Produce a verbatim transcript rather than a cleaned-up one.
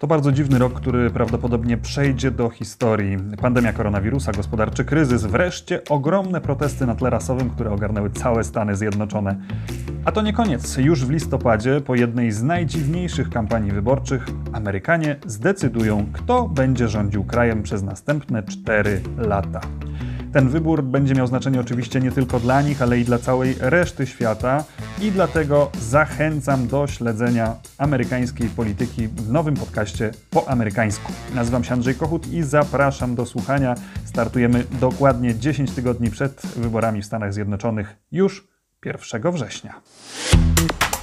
To bardzo dziwny rok, który prawdopodobnie przejdzie do historii. Pandemia koronawirusa, gospodarczy kryzys, wreszcie ogromne protesty na tle rasowym, które ogarnęły całe Stany Zjednoczone. A to nie koniec. Już w listopadzie, po jednej z najdziwniejszych kampanii wyborczych, Amerykanie zdecydują, kto będzie rządził krajem przez następne cztery lata. Ten wybór będzie miał znaczenie oczywiście nie tylko dla nich, ale i dla całej reszty świata i dlatego zachęcam do śledzenia amerykańskiej polityki w nowym podcaście po amerykańsku. Nazywam się Andrzej Kochut i zapraszam do słuchania. Startujemy dokładnie dziesięć tygodni przed wyborami w Stanach Zjednoczonych już pierwszego września.